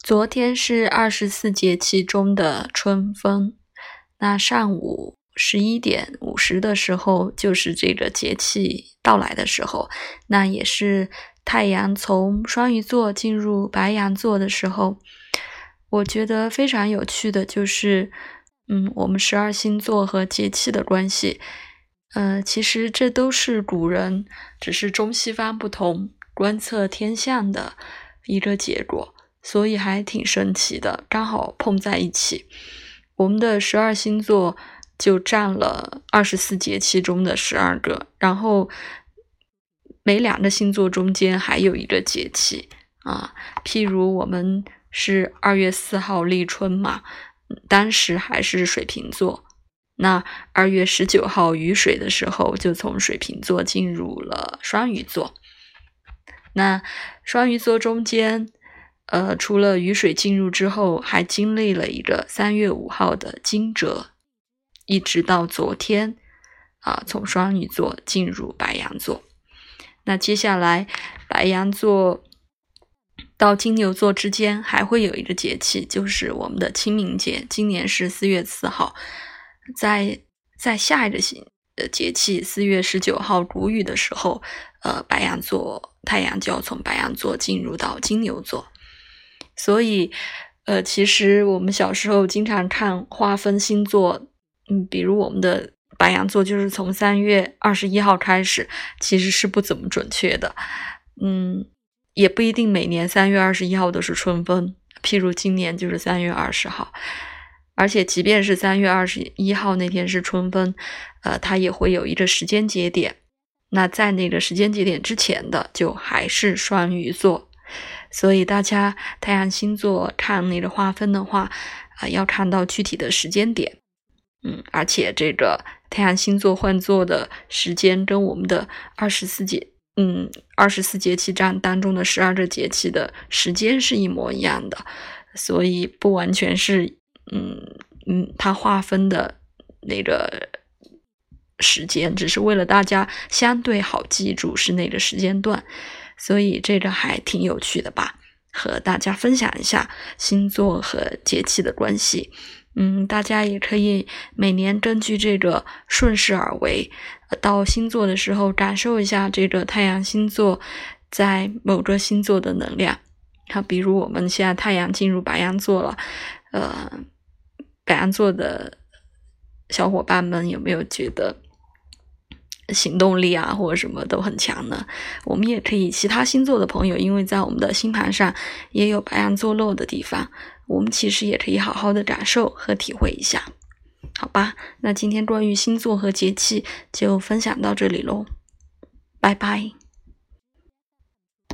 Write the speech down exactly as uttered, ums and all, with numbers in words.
昨天是二十四节气中的春分，那上午十一点五十的时候就是这个节气到来的时候，那也是太阳从双鱼座进入白羊座的时候。我觉得非常有趣的就是嗯，我们十二星座和节气的关系，呃，其实这都是古人只是中西方不同观测天象的一个结果，所以还挺神奇的，刚好碰在一起。我们的十二星座就占了二十四节气中的十二个，然后每两个星座中间还有一个节气啊，譬如我们是二月四号立春嘛，当时还是水瓶座，那二月十九号雨水的时候就从水瓶座进入了双鱼座。那双鱼座中间呃，除了雨水进入之后，还经历了一个三月五号的惊蛰，一直到昨天啊，从双鱼座进入白羊座。那接下来白羊座到金牛座之间还会有一个节气，就是我们的清明节，今年是四月四号。在在下一个节气四月十九号谷雨的时候，呃，白羊座太阳就要从白羊座进入到金牛座。所以呃，其实我们小时候经常看划分星座，嗯，比如我们的白羊座就是从三月二十一号开始，其实是不怎么准确的。嗯，也不一定每年三月二十一号都是春分，譬如今年就是三月二十号。而且即便是三月二十一号那天是春分，呃，它也会有一个时间节点。那在那个时间节点之前的就还是双鱼座。所以大家太阳星座看那个划分的话，呃、要看到具体的时间点。嗯，而且这个太阳星座换座的时间跟我们的二十四节嗯二十四节气占当中的十二个节气的时间是一模一样的，所以不完全是嗯嗯它划分的那个时间，只是为了大家相对好记住是那个时间段，所以这个还挺有趣的吧，和大家分享一下星座和节气的关系。嗯，大家也可以每年根据这个顺势而为，到星座的时候感受一下这个太阳星座在某个星座的能量。好，比如我们现在太阳进入白羊座了，呃，白羊座的小伙伴们有没有觉得行动力啊或者什么都很强呢？我们也可以其他星座的朋友，因为在我们的星盘上也有白羊座落的地方，我们其实也可以好好的感受和体会一下。好吧，那今天关于星座和节气就分享到这里咯，拜拜。